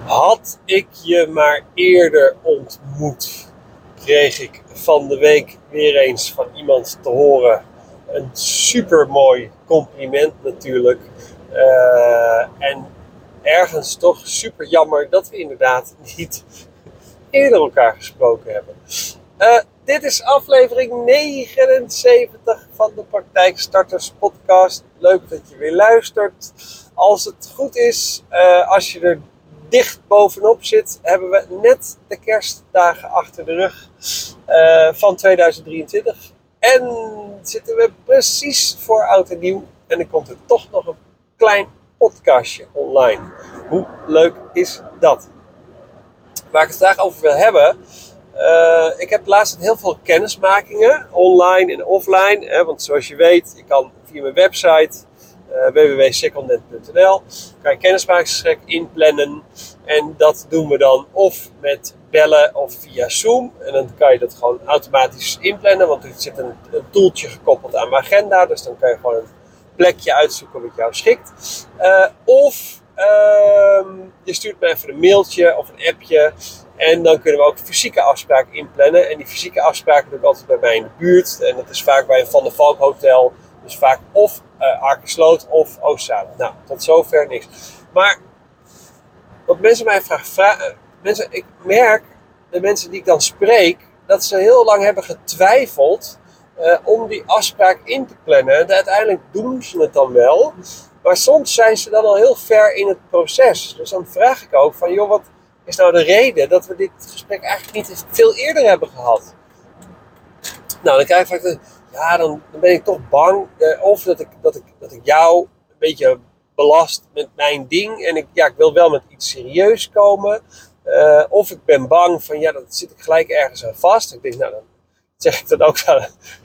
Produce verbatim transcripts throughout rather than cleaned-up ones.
Had ik je maar eerder ontmoet, kreeg ik van de week weer eens van iemand te horen. Een supermooi compliment natuurlijk. Uh, en ergens toch super jammer dat we inderdaad niet eerder elkaar gesproken hebben. Uh, dit is aflevering negenenzeventig van de Praktijkstarters podcast. Leuk dat je weer luistert. Als het goed is, uh, als je er dicht bovenop zit, hebben we net de kerstdagen achter de rug uh, van tweeduizend drieëntwintig. En zitten we precies voor oud en nieuw. En er komt er toch nog een klein podcastje online. Hoe leuk is dat? Waar ik het vandaag over wil hebben. Uh, ik heb laatst heel veel kennismakingen, online en offline. Hè, want zoals je weet, je kan via mijn website uh, w w w punt secondent punt n l kan je kennismakingsgesprek inplannen. En dat doen we dan of met bellen of via Zoom. En dan kan je dat gewoon automatisch inplannen. Want er zit een, een toeltje gekoppeld aan mijn agenda. Dus dan kan je gewoon een plekje uitzoeken wat jou schikt. Uh, of uh, je stuurt me even een mailtje of een appje. En dan kunnen we ook fysieke afspraken inplannen. En die fysieke afspraken doe ik altijd bij mij in de buurt. En dat is vaak bij een Van der Valk hotel. Dus vaak of uh, Akersloot of Oostzaan. Nou, tot zover niks. Maar wat mensen mij vragen, vragen mensen, ik merk, de mensen die ik dan spreek, dat ze heel lang hebben getwijfeld uh, om die afspraak in te plannen. En uiteindelijk doen ze het dan wel. Maar soms zijn ze dan al heel ver in het proces. Dus dan vraag ik ook van, joh, wat is nou de reden dat we dit gesprek eigenlijk niet veel eerder hebben gehad? Nou, dan krijg ik vaak de, ja, dan, dan ben ik toch bang. Uh, of dat ik, dat, ik, dat ik jou een beetje belast met mijn ding. En ik, ja, ik wil wel met iets serieus komen. Uh, of ik ben bang van, ja, dan zit ik gelijk ergens aan vast. Ik denk, nou, dan zeg ik dan ook zo.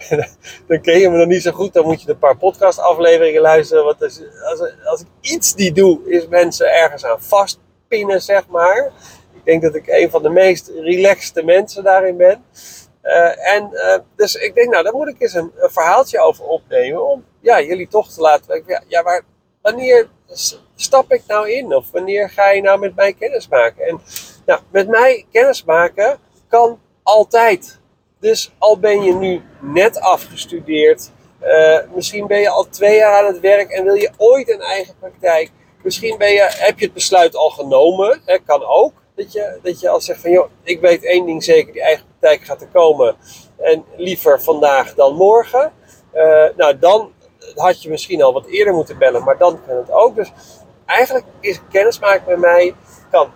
Dan ken je me nog niet zo goed. Dan moet je een paar podcastafleveringen luisteren. Want als, als, als ik iets niet doe, is mensen ergens aan vastpinnen, zeg maar. Ik denk dat ik een van de meest relaxte mensen daarin ben. Uh, en uh, dus ik denk, nou, daar moet ik eens een, een verhaaltje over opnemen. Om ja, jullie toch te laten weten. Ja, ja, maar wanneer stap ik nou in? Of wanneer ga je nou met mij kennis maken? En nou, met mij kennis maken kan altijd. Dus al ben je nu net afgestudeerd. Uh, misschien ben je al twee jaar aan het werk en wil je ooit een eigen praktijk. Misschien ben je, heb je het besluit al genomen. Hè, kan ook. Dat je, dat je al zegt van, joh, ik weet één ding zeker. Die eigen praktijk gaat er komen. En liever vandaag dan morgen. Uh, nou, dan had je misschien al wat eerder moeten bellen. Maar dan kan het ook. Dus eigenlijk is kennismaken met mij kan.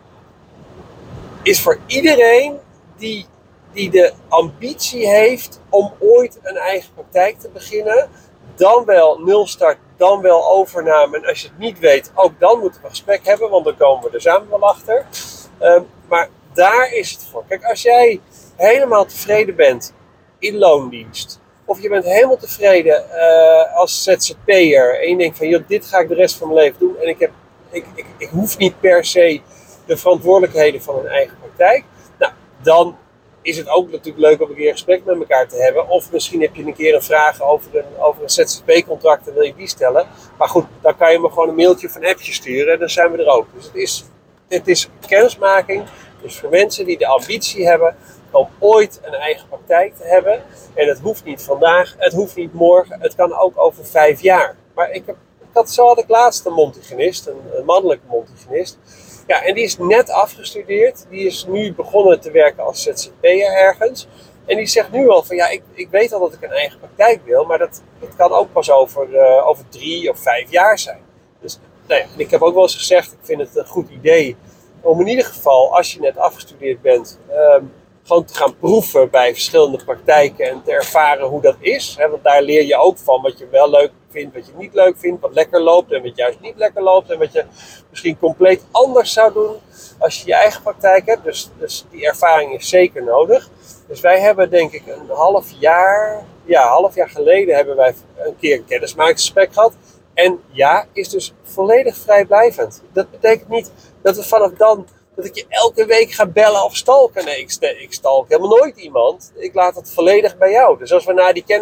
Is voor iedereen die, die de ambitie heeft om ooit een eigen praktijk te beginnen. Dan wel nulstart, dan wel overname. En als je het niet weet, ook dan moeten we een gesprek hebben. Want dan komen we er samen wel achter. Um, maar daar is het voor. Kijk, als jij helemaal tevreden bent in loondienst. Of je bent helemaal tevreden uh, als Z Z P'er. En je denkt van, joh, dit ga ik de rest van mijn leven doen. En ik, heb, ik, ik, ik hoef niet per se de verantwoordelijkheden van een eigen praktijk. Nou, dan is het ook natuurlijk leuk om een keer een gesprek met elkaar te hebben. Of misschien heb je een keer een vraag over een, over een Z Z P-contract en wil je die stellen. Maar goed, dan kan je me gewoon een mailtje of een appje sturen en dan zijn we er ook. Dus het is, het is kennismaking. Dus voor mensen die de ambitie hebben om ooit een eigen praktijk te hebben. En het hoeft niet vandaag, het hoeft niet morgen, het kan ook over vijf jaar. Maar ik heb, ik had, zo had ik laatst een mondhygiënist, een, een mannelijke mondhygiënist. Ja, en die is net afgestudeerd. Die is nu begonnen te werken als Z Z P'er ergens. En die zegt nu al van, ja, ik, ik weet al dat ik een eigen praktijk wil. Maar dat, dat kan ook pas over, uh, over drie of vijf jaar zijn. Dus nou ja, en ik heb ook wel eens gezegd, ik vind het een goed idee om in ieder geval, als je net afgestudeerd bent, um, gewoon te gaan proeven bij verschillende praktijken en te ervaren hoe dat is. Hè? Want daar leer je ook van wat je wel leuk vindt, wat je niet leuk vindt, wat lekker loopt en wat juist niet lekker loopt. En wat je misschien compleet anders zou doen als je je eigen praktijk hebt. Dus, dus die ervaring is zeker nodig. Dus wij hebben denk ik een half jaar, ja, half jaar geleden hebben wij een keer een kennismakingsgesprek gehad. En ja, is dus volledig vrijblijvend. Dat betekent niet dat we vanaf dan, dat ik je elke week ga bellen of stalken. Nee, ik, ik stalk helemaal nooit iemand. Ik laat het volledig bij jou. Dus als we na die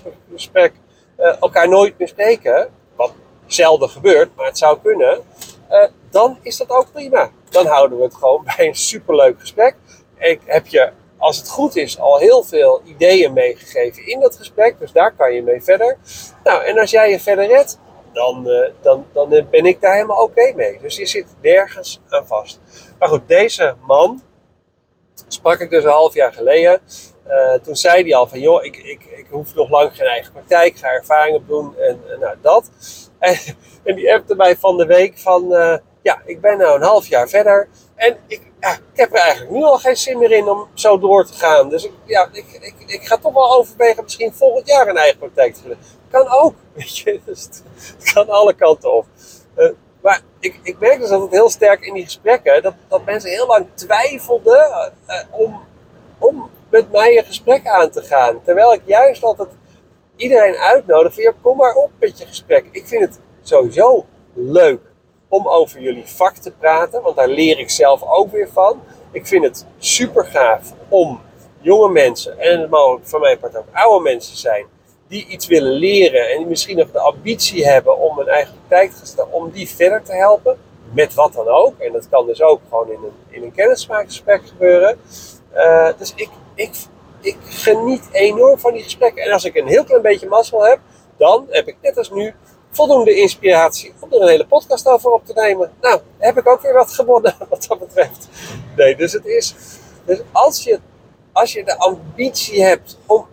kennismakingsgesprek uh, elkaar nooit meer spreken, wat zelden gebeurt, maar het zou kunnen. uh, dan is dat ook prima. Dan houden we het gewoon bij een superleuk gesprek. Ik heb je, als het goed is, al heel veel ideeën meegegeven in dat gesprek. Dus daar kan je mee verder. Nou, en als jij je verder redt, dan, uh, dan, dan ben ik daar helemaal oké okay mee. Dus je zit nergens aan vast. Maar goed, deze man sprak ik dus een half jaar geleden. Uh, toen zei hij al van, joh, ik, ik, ik hoef nog lang geen eigen praktijk. Ik ga ervaringen doen en, en nou, dat. En, en die appte mij van de week van, uh, ja, ik ben nou een half jaar verder. En ik, ja, ik heb er eigenlijk nu al geen zin meer in om zo door te gaan. Dus ik, ja, ik, ik, ik ga toch wel overwegen misschien volgend jaar een eigen praktijk te doen. Kan ook, weet je. Dus het, het kan alle kanten op. Uh, maar ik, ik merk dus altijd heel sterk in die gesprekken dat, dat mensen heel lang twijfelden uh, om, om met mij een gesprek aan te gaan. Terwijl ik juist altijd iedereen uitnodig van, ja, kom maar op met je gesprek. Ik vind het sowieso leuk om over jullie vak te praten, want daar leer ik zelf ook weer van. Ik vind het super gaaf om jonge mensen, en het mogen van mijn part ook oude mensen zijn, die iets willen leren en die misschien nog de ambitie hebben om een eigen praktijk te gaan starten, om die verder te helpen, met wat dan ook. En dat kan dus ook gewoon in een, in een kennismakingsgesprek gebeuren. Uh, dus ik, ik, ik geniet enorm van die gesprekken. En als ik een heel klein beetje mazzel heb, dan heb ik net als nu voldoende inspiratie om er een hele podcast over op te nemen. Nou, heb ik ook weer wat gewonnen wat dat betreft. Nee, dus het is... Dus als je, als je de ambitie hebt om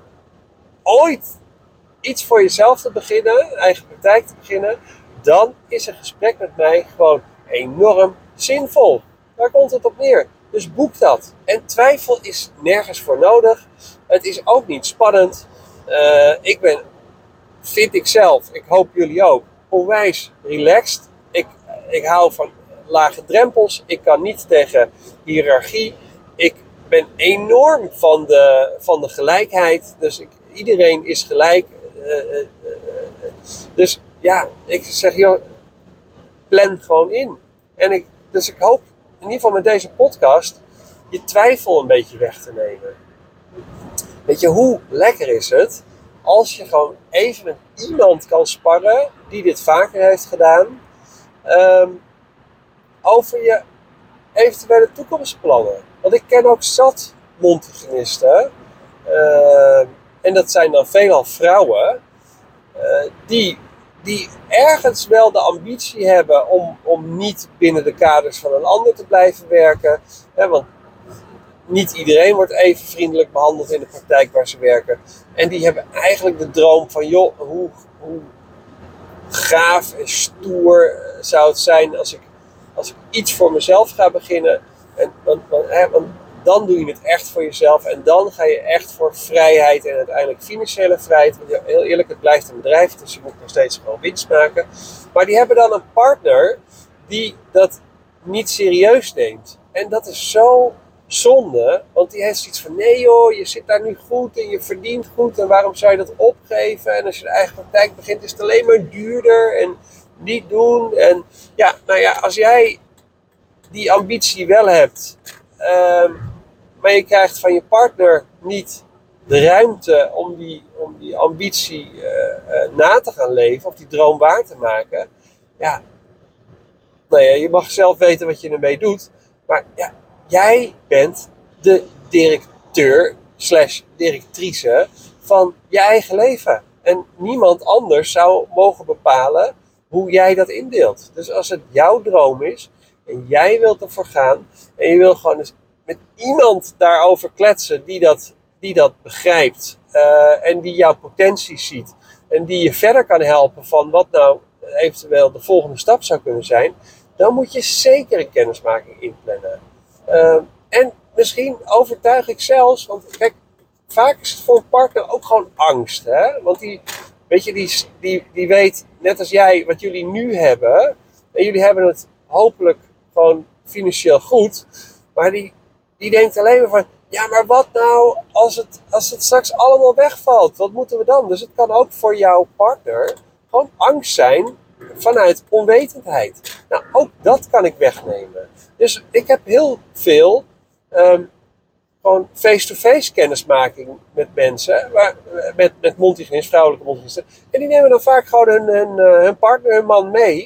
ooit iets voor jezelf te beginnen, een eigen praktijk te beginnen, dan is een gesprek met mij gewoon enorm zinvol. Daar komt het op neer. Dus boek dat. En twijfel is nergens voor nodig. Het is ook niet spannend. Uh, ik ben, vind ik zelf, ik hoop jullie ook, onwijs relaxed. Ik, ik hou van lage drempels. Ik kan niet tegen hiërarchie. Ik ben enorm van de, van de gelijkheid. Dus ik, iedereen is gelijk. Uh, uh, uh, dus ja, ik zeg, joh, plan gewoon in. En ik, dus ik hoop in ieder geval met deze podcast je twijfel een beetje weg te nemen. Weet je, hoe lekker is het als je gewoon even met iemand kan sparren die dit vaker heeft gedaan, um, over je eventuele toekomstplannen. Want ik ken ook zat mondhygiënisten, uh, en dat zijn dan veelal vrouwen, uh, die, die ergens wel de ambitie hebben om, om niet binnen de kaders van een ander te blijven werken. Hè, want niet iedereen wordt even vriendelijk behandeld in de praktijk waar ze werken. En die hebben eigenlijk de droom van, joh, hoe, hoe gaaf en stoer zou het zijn als ik, als ik iets voor mezelf ga beginnen. En, want, want, hè, want dan doe je het echt voor jezelf. En dan ga je echt voor vrijheid en uiteindelijk financiële vrijheid. Want heel eerlijk, het blijft een bedrijf, dus je moet nog steeds gewoon winst maken. Maar die hebben dan een partner die dat niet serieus neemt. En dat is zo zonde, want die heeft zoiets van, nee joh, je zit daar nu goed en je verdient goed en waarom zou je dat opgeven? En als je de eigen praktijk begint, is het alleen maar duurder en niet doen. En ja, nou ja, als jij die ambitie wel hebt, um, maar je krijgt van je partner niet de ruimte om die, om die ambitie uh, uh, na te gaan leven, of die droom waar te maken, ja, nou ja, je mag zelf weten wat je ermee doet, maar ja, jij bent de directeur slash directrice van je eigen leven. En niemand anders zou mogen bepalen hoe jij dat indeelt. Dus als het jouw droom is en jij wilt ervoor gaan en je wil gewoon eens met iemand daarover kletsen die dat, die dat begrijpt uh, en die jouw potentie ziet en die je verder kan helpen van wat nou eventueel de volgende stap zou kunnen zijn, dan moet je zeker een kennismaking inplannen. Uh, en misschien overtuig ik zelfs, want kijk, vaak is het voor een partner ook gewoon angst. Hè? Want die, weet je, die, die, die weet, net als jij, wat jullie nu hebben. En jullie hebben het hopelijk gewoon financieel goed. Maar die, die denkt alleen maar van, ja, maar wat nou als het, als het straks allemaal wegvalt? Wat moeten we dan? Dus het kan ook voor jouw partner gewoon angst zijn vanuit onwetendheid. Nou, ook dat kan ik wegnemen. Dus ik heb heel veel um, gewoon face-to-face kennismaking met mensen, waar, met, met mondhygiënisten, vrouwelijke mondhygiënisten. En die nemen dan vaak gewoon hun, hun, hun partner, hun man mee.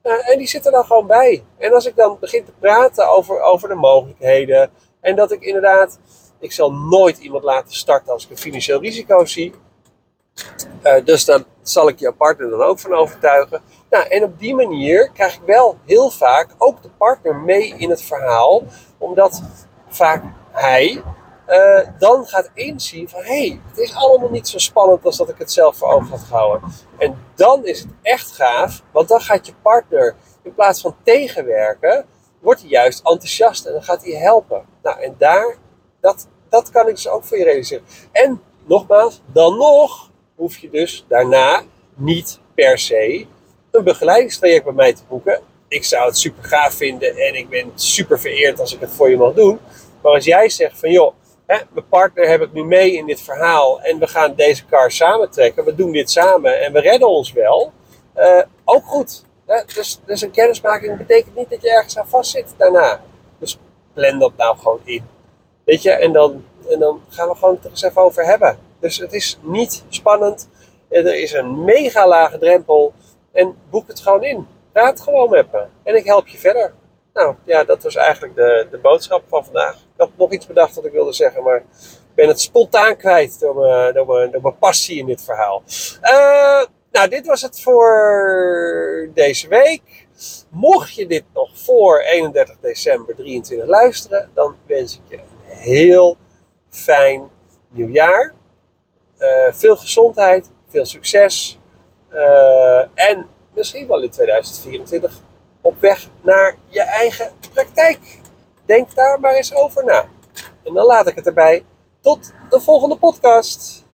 Nou, en die zit er dan gewoon bij. En als ik dan begin te praten over, over de mogelijkheden. En dat ik inderdaad, ik zal nooit iemand laten starten als ik een financieel risico zie. Uh, dus dan zal ik jouw partner dan ook van overtuigen. Nou, en op die manier krijg ik wel heel vaak ook de partner mee in het verhaal. Omdat vaak hij uh, dan gaat inzien van... hé, hey, het is allemaal niet zo spannend als dat ik het zelf voor ogen had gehouden. En dan is het echt gaaf. Want dan gaat je partner in plaats van tegenwerken... wordt hij juist enthousiast en dan gaat hij helpen. Nou, en daar, dat, dat kan ik dus ook voor je realiseren. En nogmaals, dan nog... hoef je dus daarna niet per se een begeleidingstraject bij mij te boeken. Ik zou het super gaaf vinden en ik ben super vereerd als ik het voor je mag doen. Maar als jij zegt van joh, hè, mijn partner heb ik nu mee in dit verhaal en we gaan deze kar samen trekken. We doen dit samen en we redden ons wel. Uh, ook goed. Hè? Dus, dus een kennismaking betekent niet dat je ergens aan vastzit daarna. Dus plan dat nou gewoon in. Weet je, en dan, en dan gaan we gewoon het er eens even over hebben. Dus het is niet spannend. Er is een mega lage drempel. En boek het gewoon in. Praat gewoon met me. En ik help je verder. Nou ja, dat was eigenlijk de, de boodschap van vandaag. Ik had nog iets bedacht wat ik wilde zeggen. Maar ik ben het spontaan kwijt door mijn, door mijn, door mijn passie in dit verhaal. Uh, nou, dit was het voor deze week. Mocht je dit nog voor eenendertig december drieëntwintig luisteren. Dan wens ik je een heel fijn nieuwjaar. Uh, veel gezondheid, veel succes uh, en misschien wel in tweeduizend vierentwintig op weg naar je eigen praktijk. Denk daar maar eens over na. En dan laat ik het erbij. Tot de volgende podcast.